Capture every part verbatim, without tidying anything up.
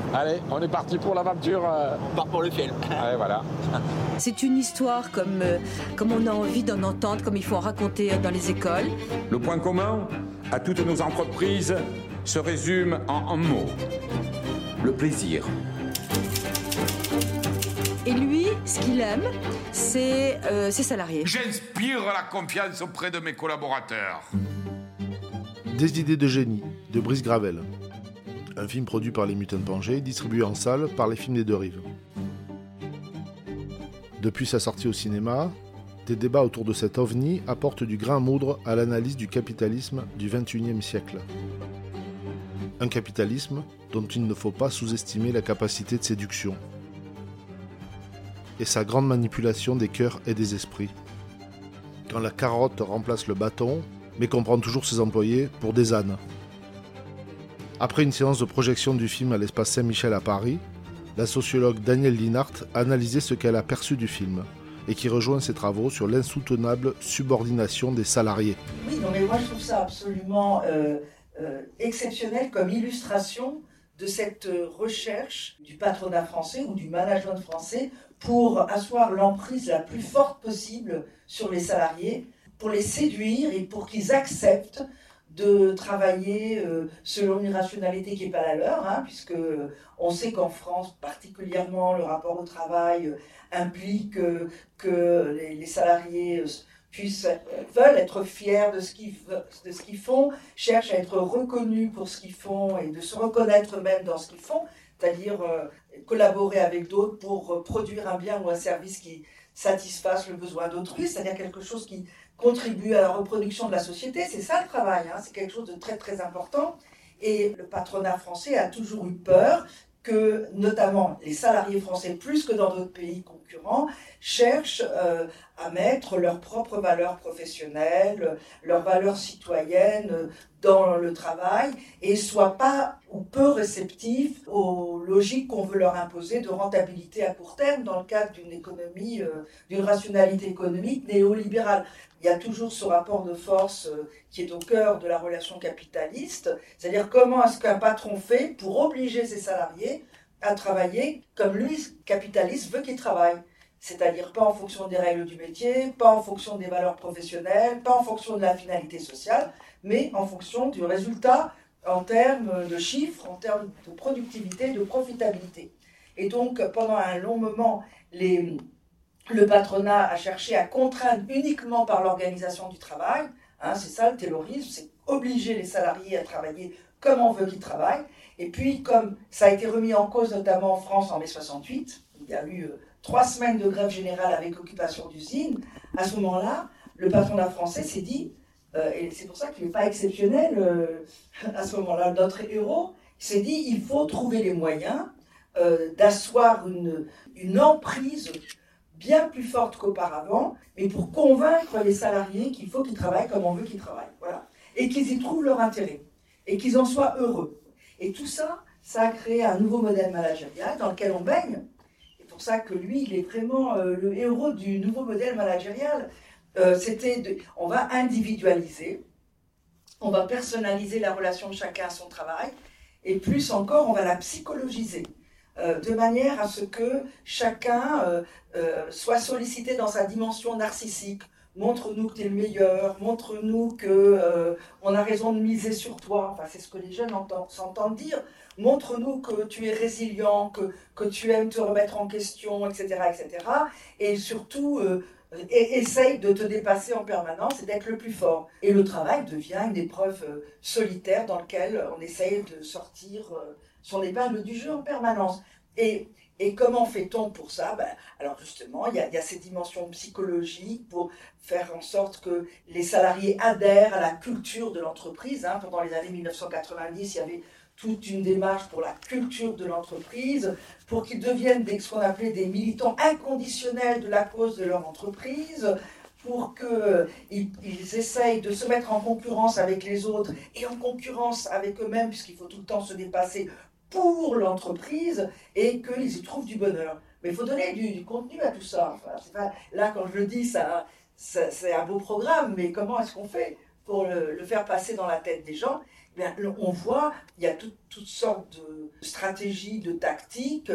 Allez, on est parti pour l'aventure. Euh... On part pour le film. Allez, voilà. C'est une histoire comme, euh, comme on a envie d'en entendre, comme il faut en raconter dans les écoles. Le point commun à toutes nos entreprises se résume en un mot. Le plaisir. Et lui, ce qu'il aime, c'est euh, ses salariés. J'inspire la confiance auprès de mes collaborateurs. Des idées de génie, de Brice Gravel. Un film produit par les Mutants Pangée, distribué en salle par les Films des Deux Rives. Depuis sa sortie au cinéma, des débats autour de cet ovni apportent du grain à moudre à l'analyse du capitalisme du vingt et unième siècle. Un capitalisme dont il ne faut pas sous-estimer la capacité de séduction et sa grande manipulation des cœurs et des esprits. Quand la carotte remplace le bâton, mais qu'on prend toujours ses employés pour des ânes. Après une séance de projection du film à l'espace Saint-Michel à Paris, la sociologue Danielle Linhart a analysé ce qu'elle a perçu du film et qui rejoint ses travaux sur l'insoutenable subordination des salariés. Oui, non mais moi je trouve ça absolument euh, euh, exceptionnel comme illustration de cette recherche du patronat français ou du management français pour asseoir l'emprise la plus forte possible sur les salariés, pour les séduire et pour qu'ils acceptent de travailler euh, selon une rationalité qui n'est pas la leur, hein, puisque euh, on sait qu'en France, particulièrement, le rapport au travail euh, implique euh, que les, les salariés euh, puissent, euh, veulent être fiers de ce, qu'ils, de ce qu'ils font, cherchent à être reconnus pour ce qu'ils font et de se reconnaître eux-mêmes dans ce qu'ils font, c'est-à-dire euh, collaborer avec d'autres pour euh, produire un bien ou un service qui satisfasse le besoin d'autrui, c'est-à-dire quelque chose qui contribue à la reproduction de la société, c'est ça le travail, hein, c'est quelque chose de très très important. Et le patronat français a toujours eu peur que, notamment les salariés français, plus que dans d'autres pays concurrents, cherchent euh, à mettre leurs propres valeurs professionnelles, leurs valeurs citoyennes dans le travail et soient pas ou peu réceptifs aux logiques qu'on veut leur imposer de rentabilité à court terme dans le cadre d'une économie, euh, d'une rationalité économique néolibérale. Il y a toujours ce rapport de force euh, qui est au cœur de la relation capitaliste, c'est-à-dire comment est-ce qu'un patron fait pour obliger ses salariés à travailler comme lui, capitaliste, veut qu'ils travaillent. C'est-à-dire pas en fonction des règles du métier, pas en fonction des valeurs professionnelles, pas en fonction de la finalité sociale, mais en fonction du résultat en termes de chiffres, en termes de productivité, de profitabilité. Et donc, pendant un long moment, les, le patronat a cherché à contraindre uniquement par l'organisation du travail. Hein, c'est ça le taylorisme, c'est obliger les salariés à travailler comme on veut qu'ils travaillent. Et puis, comme ça a été remis en cause, notamment en France en mai soixante-huit, il y a eu euh, trois semaines de grève générale avec occupation d'usines, à ce moment-là, le patronat français s'est dit, euh, et c'est pour ça qu'il n'est pas exceptionnel euh, à ce moment-là, notre héros, s'est dit, il faut trouver les moyens euh, d'asseoir une, une emprise bien plus forte qu'auparavant, mais pour convaincre les salariés qu'il faut qu'ils travaillent comme on veut qu'ils travaillent, voilà, et qu'ils y trouvent leur intérêt, et qu'ils en soient heureux. Et tout ça, ça a créé un nouveau modèle managérial dans lequel on baigne. C'est pour ça que lui, il est vraiment euh, le héros du nouveau modèle managérial. Euh, c'était de, on va individualiser, on va personnaliser la relation de chacun à son travail, et plus encore, on va la psychologiser, euh, de manière à ce que chacun euh, euh, soit sollicité dans sa dimension narcissique. Montre-nous que tu es le meilleur, montre-nous qu'on euh, a raison de miser sur toi. Enfin, c'est ce que les jeunes entendent, s'entendent dire. Montre-nous que tu es résilient, que, que tu aimes te remettre en question, et cetera, et cetera. Et surtout, euh, et, essaye de te dépasser en permanence et d'être le plus fort. Et le travail devient une épreuve euh, solitaire dans laquelle on essaye de sortir euh, son épingle du jeu en permanence. Et Et comment fait-on pour ça? Ben, alors justement, il y, a, il y a ces dimensions psychologiques pour faire en sorte que les salariés adhèrent à la culture de l'entreprise. Hein. Pendant les années mille neuf cent quatre-vingt-dix, il y avait toute une démarche pour la culture de l'entreprise, pour qu'ils deviennent des, ce qu'on appelait des militants inconditionnels de la cause de leur entreprise, pour qu'ils ils essayent de se mettre en concurrence avec les autres et en concurrence avec eux-mêmes, puisqu'il faut tout le temps se dépasser pour l'entreprise et qu'ils y trouvent du bonheur. Mais il faut donner du, du contenu à tout ça. Enfin, c'est pas, là, quand je le dis, ça, ça, c'est un beau programme, mais comment est-ce qu'on fait pour le, le faire passer dans la tête des gens? bien, on voit, il y a tout, toutes sortes de stratégies, de tactiques,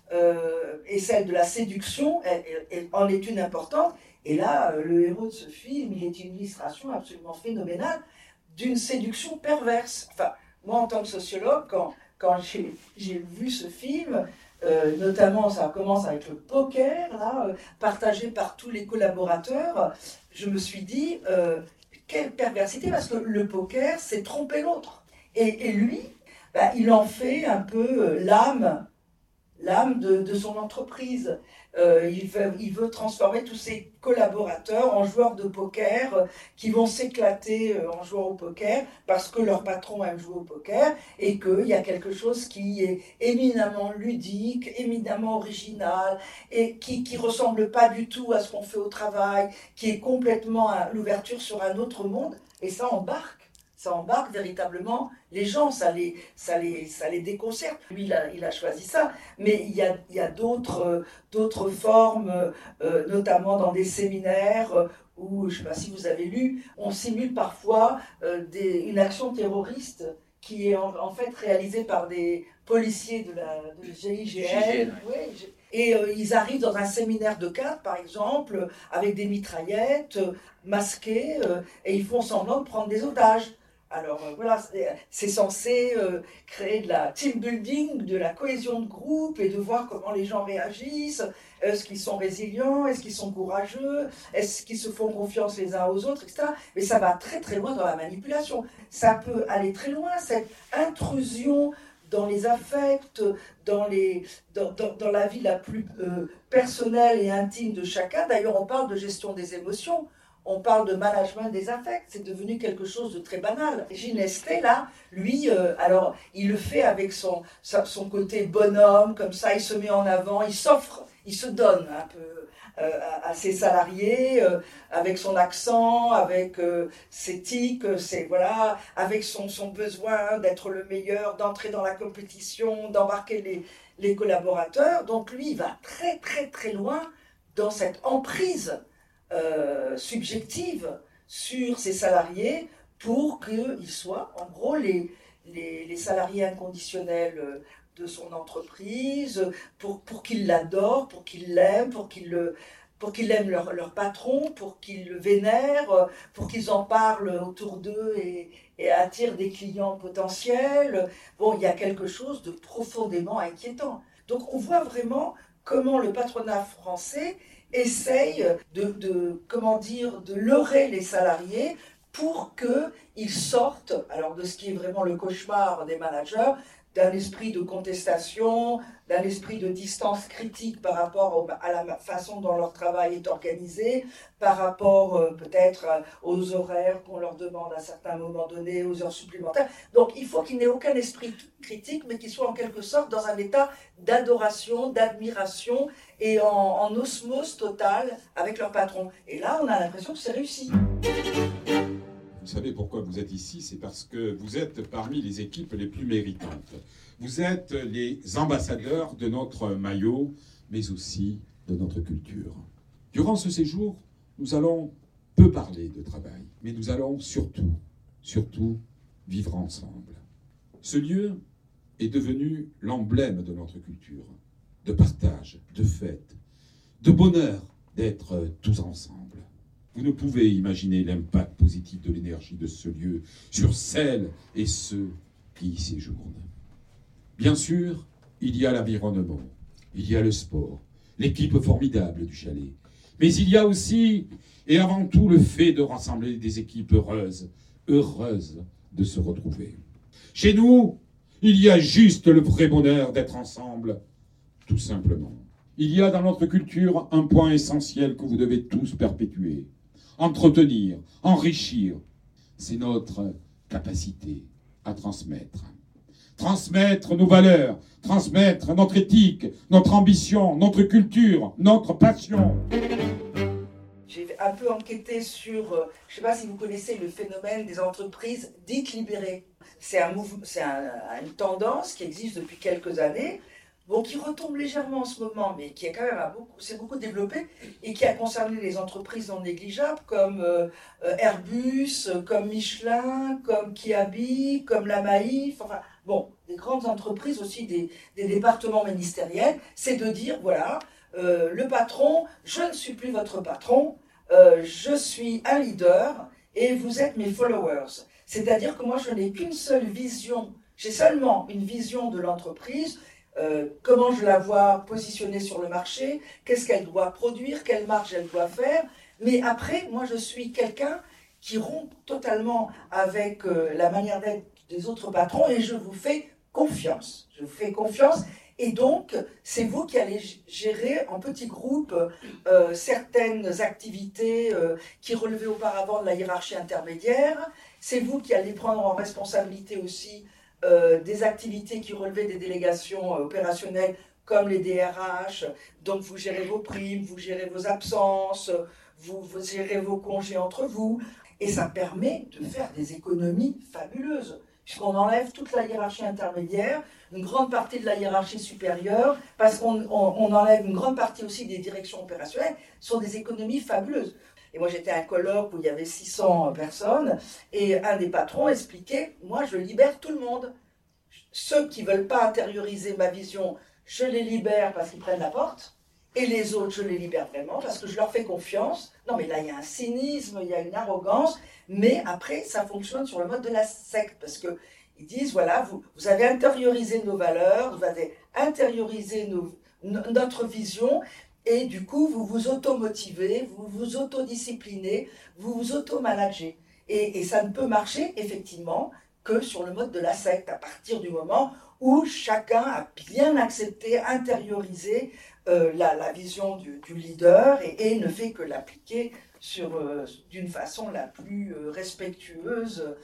euh, et celle de la séduction elle, elle, elle en est une importante. Et là, le héros de ce film, il est une illustration absolument phénoménale d'une séduction perverse. Enfin, moi, en tant que sociologue, quand, quand j'ai, j'ai vu ce film, euh, notamment, ça commence avec le poker, là, euh, partagé par tous les collaborateurs, je me suis dit, euh, quelle perversité, parce que le poker, c'est tromper l'autre. Et, et lui, bah, il en fait un peu euh, l'âme, l'âme de, de son entreprise. Euh, il, veut, il veut transformer tous ses collaborateurs en joueurs de poker euh, qui vont s'éclater euh, en jouant au poker parce que leur patron aime jouer au poker et qu'il y a quelque chose qui est éminemment ludique, éminemment original et qui ne ressemble pas du tout à ce qu'on fait au travail, qui est complètement à l'ouverture sur un autre monde, et ça embarque. Ça embarque véritablement les gens, ça les, ça les, ça les déconcerte. Lui, il a, il a choisi ça, mais il y a, il y a d'autres, euh, d'autres formes, euh, notamment dans des séminaires euh, où, je ne sais pas si vous avez lu, on simule parfois euh, des, une action terroriste qui est en, en fait réalisée par des policiers de la de G I G N. Oui, et euh, ils arrivent dans un séminaire de cadre, par exemple, avec des mitraillettes, euh, masqués, euh, et ils font semblant de prendre des otages. Alors euh, voilà, c'est, c'est censé euh, créer de la team building, de la cohésion de groupe et de voir comment les gens réagissent. Est-ce qu'ils sont résilients? Est-ce qu'ils sont courageux? Est-ce qu'ils se font confiance les uns aux autres, et cetera. Mais ça va très très loin dans la manipulation. Ça peut aller très loin, cette intrusion dans les affects, dans, les, dans, dans, dans la vie la plus euh, personnelle et intime de chacun. D'ailleurs, on parle de gestion des émotions. On parle de management des affects, c'est devenu quelque chose de très banal. Gilles Nestlé, là, lui, euh, alors, il le fait avec son, son côté bonhomme, comme ça, il se met en avant, il s'offre, il se donne un peu euh, à, à ses salariés, euh, avec son accent, avec euh, ses tics, ses, voilà, avec son, son besoin d'être le meilleur, d'entrer dans la compétition, d'embarquer les, les collaborateurs. Donc lui, il va très, très, très loin dans cette emprise Euh, subjective sur ses salariés pour qu'ils soient, en gros, les, les, les salariés inconditionnels de son entreprise, pour, pour qu'ils l'adorent, pour qu'ils l'aiment, pour qu'ils, le, pour qu'ils aiment leur, leur patron, pour qu'ils le vénèrent, pour qu'ils en parlent autour d'eux et, et attirent des clients potentiels. Bon, il y a quelque chose de profondément inquiétant. Donc on voit vraiment comment le patronat français essaye de, de, comment dire, de leurrer les salariés pour qu'ils sortent, alors de ce qui est vraiment le cauchemar des managers, d'un esprit de contestation, d'un esprit de distance critique par rapport au, à la façon dont leur travail est organisé, par rapport euh, peut-être aux horaires qu'on leur demande à certains moments donnés, aux heures supplémentaires. Donc il faut qu'il n'ait aucun esprit critique, mais qu'il soit en quelque sorte dans un état d'adoration, d'admiration et en, en osmose totale avec leur patron. Et là, on a l'impression que c'est réussi. Vous savez pourquoi vous êtes ici, c'est parce que vous êtes parmi les équipes les plus méritantes. Vous êtes les ambassadeurs de notre maillot, mais aussi de notre culture. Durant ce séjour, nous allons peu parler de travail, mais nous allons surtout, surtout vivre ensemble. Ce lieu est devenu l'emblème de notre culture, de partage, de fête, de bonheur d'être tous ensemble. Vous ne pouvez imaginer l'impact positif de l'énergie de ce lieu sur celles et ceux qui y séjournent. Bien sûr, il y a l'environnement, il y a le sport, l'équipe formidable du chalet. Mais il y a aussi, et avant tout, le fait de rassembler des équipes heureuses, heureuses de se retrouver. Chez nous, il y a juste le vrai bonheur d'être ensemble, tout simplement. Il y a dans notre culture un point essentiel que vous devez tous perpétuer. Entretenir, enrichir, c'est notre capacité à transmettre. Transmettre nos valeurs, transmettre notre éthique, notre ambition, notre culture, notre passion. J'ai un peu enquêté sur, euh, je ne sais pas si vous connaissez le phénomène des entreprises dites libérées. C'est, un mouvement, c'est un, une tendance qui existe depuis quelques années. bon, qui retombe légèrement en ce moment, mais qui est quand même à beaucoup, s'est beaucoup développé et qui a concerné les entreprises non négligeables comme euh, Airbus, comme Michelin, comme Kiabi, comme la Maïf, enfin bon, des grandes entreprises aussi, des, des départements ministériels, c'est de dire, voilà, euh, le patron, je ne suis plus votre patron, euh, je suis un leader et vous êtes mes followers. C'est-à-dire que moi, je n'ai qu'une seule vision, j'ai seulement une vision de l'entreprise. Euh, comment je la vois positionnée sur le marché, qu'est-ce qu'elle doit produire, quelle marge elle doit faire. Mais après, moi, je suis quelqu'un qui rompt totalement avec euh, la manière d'être des autres patrons et je vous fais confiance. Je vous fais confiance et donc, c'est vous qui allez gérer en petits groupes euh, certaines activités euh, qui relevaient auparavant de la hiérarchie intermédiaire. C'est vous qui allez prendre en responsabilité aussi Euh, des activités qui relevaient des délégations euh, opérationnelles comme les D R H, donc vous gérez vos primes, vous gérez vos absences, vous, vous gérez vos congés entre vous, et ça permet de faire des économies fabuleuses, puisqu'on enlève toute la hiérarchie intermédiaire, une grande partie de la hiérarchie supérieure, parce qu'on on, on enlève une grande partie aussi des directions opérationnelles, ce sont des économies fabuleuses. Et moi, j'étais à un colloque où il y avait six cents personnes, et un des patrons expliquait, moi, je libère tout le monde. Ceux qui ne veulent pas intérioriser ma vision, je les libère parce qu'ils prennent la porte, et les autres, je les libère vraiment parce que je leur fais confiance. Non, mais là, il y a un cynisme, il y a une arrogance, mais après, ça fonctionne sur le mode de la secte, parce qu'ils disent, voilà, vous, vous avez intériorisé nos valeurs, vous avez intériorisé nos, notre vision, et du coup, vous vous automotivez, vous vous autodisciplinez, vous vous automanagez. Et, et ça ne peut marcher, effectivement, que sur le mode de la secte, à partir du moment où chacun a bien accepté, intériorisé euh, la, la vision du, du leader et, et ne fait que l'appliquer sur, euh, d'une façon la plus euh, respectueuse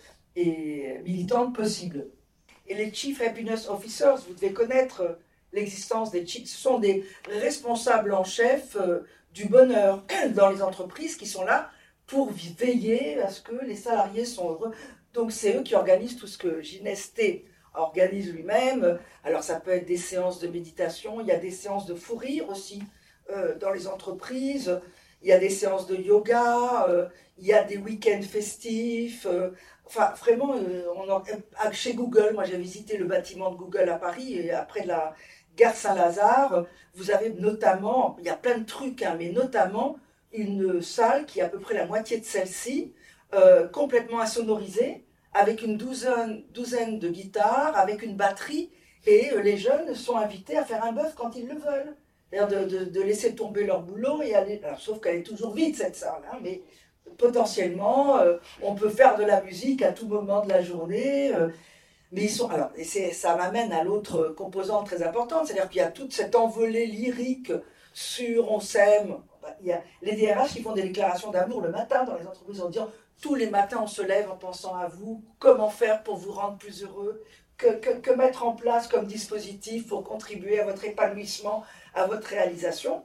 et militante possible. Et les Chief Happiness Officers, vous devez connaître l'existence des chiefs, ce sont des responsables en chef euh, du bonheur dans les entreprises qui sont là pour veiller à ce que les salariés sont heureux. Donc c'est eux qui organisent tout ce que Ginesté organise lui-même. Alors ça peut être des séances de méditation, il y a des séances de fou rire aussi euh, dans les entreprises, il y a des séances de yoga, euh, il y a des week-ends festifs. Euh, enfin vraiment, euh, on en, chez Google, moi j'ai visité le bâtiment de Google à Paris et après de la gare Saint-Lazare, vous avez notamment, il y a plein de trucs, hein, mais notamment une salle qui est à peu près la moitié de celle-ci, euh, complètement insonorisée, avec une douzaine, douzaine de guitares, avec une batterie, et euh, les jeunes sont invités à faire un bœuf quand ils le veulent. C'est-à-dire de, de, de laisser tomber leur boulot et aller... Alors, sauf qu'elle est toujours vide, cette salle, hein, mais potentiellement, euh, on peut faire de la musique à tout moment de la journée. Euh, mais ils sont... Alors, et c'est, ça m'amène à l'autre composante très importante, c'est-à-dire qu'il y a toute cette envolée lyrique sur on s'aime. Il y a les D R H qui font des déclarations d'amour le matin dans les entreprises en disant tous les matins on se lève en pensant à vous, comment faire pour vous rendre plus heureux, que, que, que mettre en place comme dispositif pour contribuer à votre épanouissement, à votre réalisation.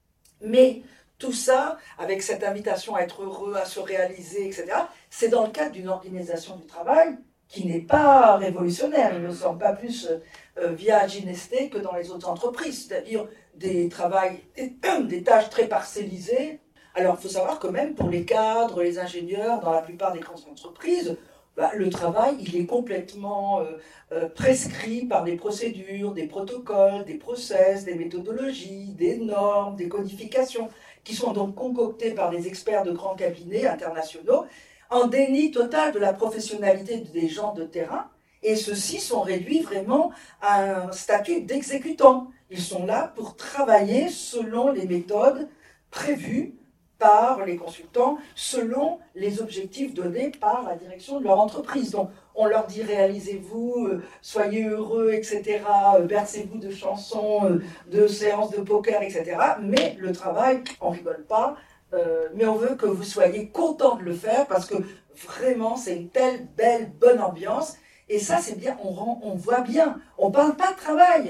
Mais tout ça, avec cette invitation à être heureux, à se réaliser, et cetera, c'est dans le cadre d'une organisation du travail qui n'est pas révolutionnaire. Il ne semble pas plus euh, via Ginesté que dans les autres entreprises, c'est-à-dire des travails, des, des tâches très parcellisées. Alors, il faut savoir que même pour les cadres, les ingénieurs, dans la plupart des grandes entreprises, bah, le travail, il est complètement euh, euh, prescrit par des procédures, des protocoles, des process, des méthodologies, des normes, des codifications, qui sont donc concoctées par des experts de grands cabinets internationaux, en déni total de la professionnalité des gens de terrain, et ceux-ci sont réduits vraiment à un statut d'exécutants. Ils sont là pour travailler selon les méthodes prévues par les consultants, selon les objectifs donnés par la direction de leur entreprise. Donc, on leur dit réalisez-vous, euh, soyez heureux, et cetera, euh, bercez-vous de chansons, euh, de séances de poker, et cetera. Mais le travail, on rigole pas, euh, mais on veut que vous soyez content de le faire parce que vraiment, c'est une telle belle, bonne ambiance. Et ça, c'est bien, on, rend, on voit bien. On parle pas de travail.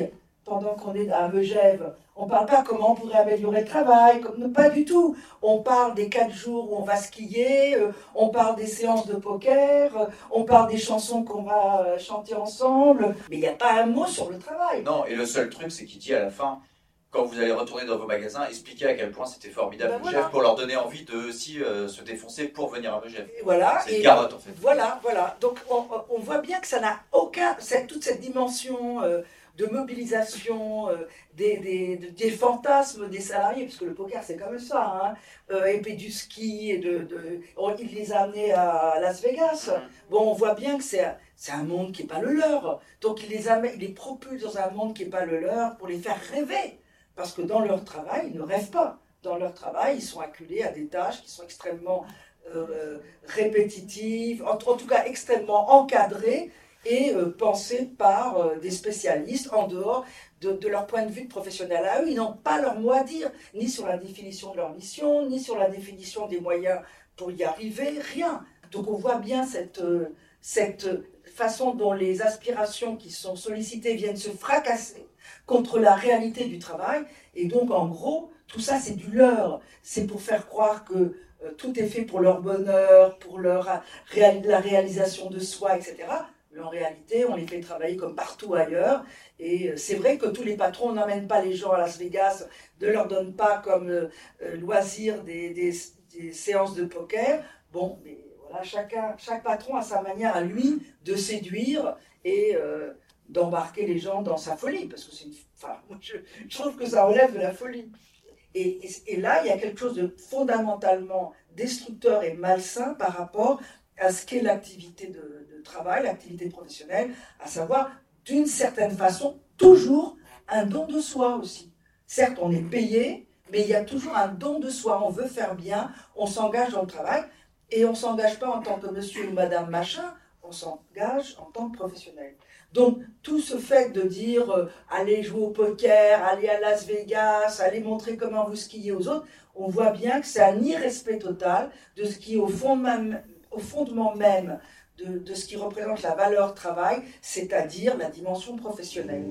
pendant qu'on est à Megève. On ne parle pas comment on pourrait améliorer le travail, comme, pas du tout. On parle des quatre jours où on va skier, euh, on parle des séances de poker, euh, on parle des chansons qu'on va euh, chanter ensemble, mais il n'y a pas un mot sur le travail. Non, et le seul truc, c'est qu'il dit à la fin, quand vous allez retourner dans vos magasins, expliquez à quel point c'était formidable ben Megève voilà. pour leur donner envie de aussi euh, se défoncer pour venir à Megève. Et voilà. C'est une et carotte en fait. Voilà, voilà. Donc on, on voit bien que ça n'a aucun, cette, toute cette dimension euh, de mobilisation, euh, des, des, des fantasmes des salariés, puisque le poker c'est comme ça, hein, euh, et puis du ski, et de, de, on, il les a amenés à Las Vegas. Bon, on voit bien que c'est c'est un monde qui n'est pas le leur. Donc il les, amène, il les propulse dans un monde qui n'est pas le leur pour les faire rêver. Parce que dans leur travail, ils ne rêvent pas. Dans leur travail, ils sont acculés à des tâches qui sont extrêmement euh, répétitives, en, en tout cas extrêmement encadrées et euh, pensées par euh, des spécialistes en dehors de, de leur point de vue de professionnel à eux. Ils n'ont pas leur mot à dire, ni sur la définition de leur mission, ni sur la définition des moyens pour y arriver, rien. Donc on voit bien cette, euh, cette façon dont les aspirations qui sont sollicitées viennent se fracasser contre la réalité du travail, et donc en gros, tout ça c'est du leurre, c'est pour faire croire que euh, tout est fait pour leur bonheur, pour leur réal- la réalisation de soi, et cetera. Mais en réalité, on les fait travailler comme partout ailleurs, et euh, c'est vrai que tous les patrons n'emmènent pas les gens à Las Vegas, ne leur donnent pas comme euh, euh, loisir des, des, des séances de poker, bon, mais voilà, chacun, chaque patron a sa manière à lui de séduire, et... Euh, d'embarquer les gens dans sa folie, parce que c'est une... enfin, je, je trouve que ça relève de la folie. Et, et, et là, il y a quelque chose de fondamentalement destructeur et malsain par rapport à ce qu'est l'activité de, de travail, l'activité professionnelle, à savoir, d'une certaine façon, toujours un don de soi aussi. Certes, on est payé, mais il y a toujours un don de soi. On veut faire bien, on s'engage dans le travail, et on ne s'engage pas en tant que monsieur ou madame machin, on s'engage en tant que professionnel. Donc, tout ce fait de dire euh, allez jouer au poker, allez à Las Vegas, allez montrer comment vous skiez aux autres, on voit bien que c'est un irrespect total de ce qui est au, fond même, au fondement même de, de ce qui représente la valeur travail, c'est-à-dire la dimension professionnelle.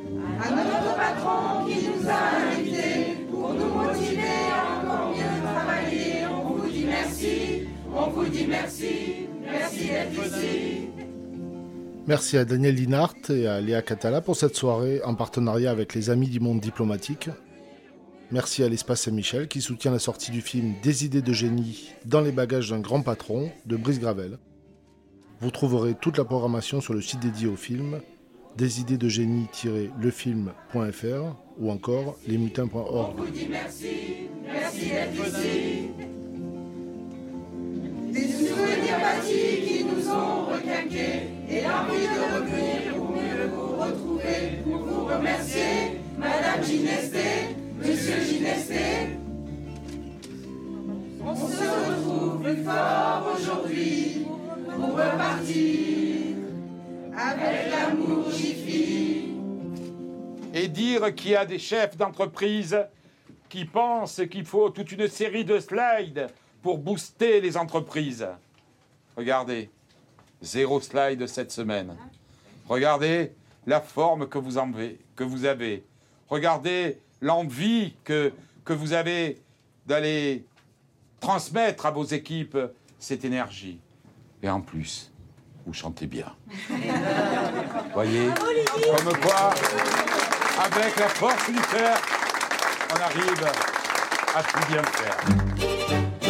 À notre patron qui nous a invités pour nous motiver à encore mieux travailler, on vous dit merci, on vous dit merci, merci d'être ici. Merci à Daniel Linhart et à Léa Catala pour cette soirée en partenariat avec les Amis du Monde Diplomatique. Merci à l'Espace Saint-Michel qui soutient la sortie du film Des idées de génie dans les bagages d'un grand patron de Brice Gravel. Vous trouverez toute la programmation sur le site dédié au film des idées de génie tiret le film point f r ou encore lesmutins point org. On vous dit merci, merci d'être ici. Des souvenirs bâtis qui nous ont requinqués et l'envie de revenir pour mieux vous retrouver, pour vous remercier, Madame Ginesté, Monsieur Ginesté. On se retrouve plus fort aujourd'hui pour repartir avec l'amour Jiffy. Et dire qu'il y a des chefs d'entreprise qui pensent qu'il faut toute une série de slides pour booster les entreprises. Regardez, zéro slide cette semaine. Regardez la forme que vous, en avez, que vous avez. Regardez l'envie que, que vous avez d'aller transmettre à vos équipes cette énergie. Et en plus, vous chantez bien. Voyez, comme quoi, avec la force du cœur, on arrive à tout bien faire.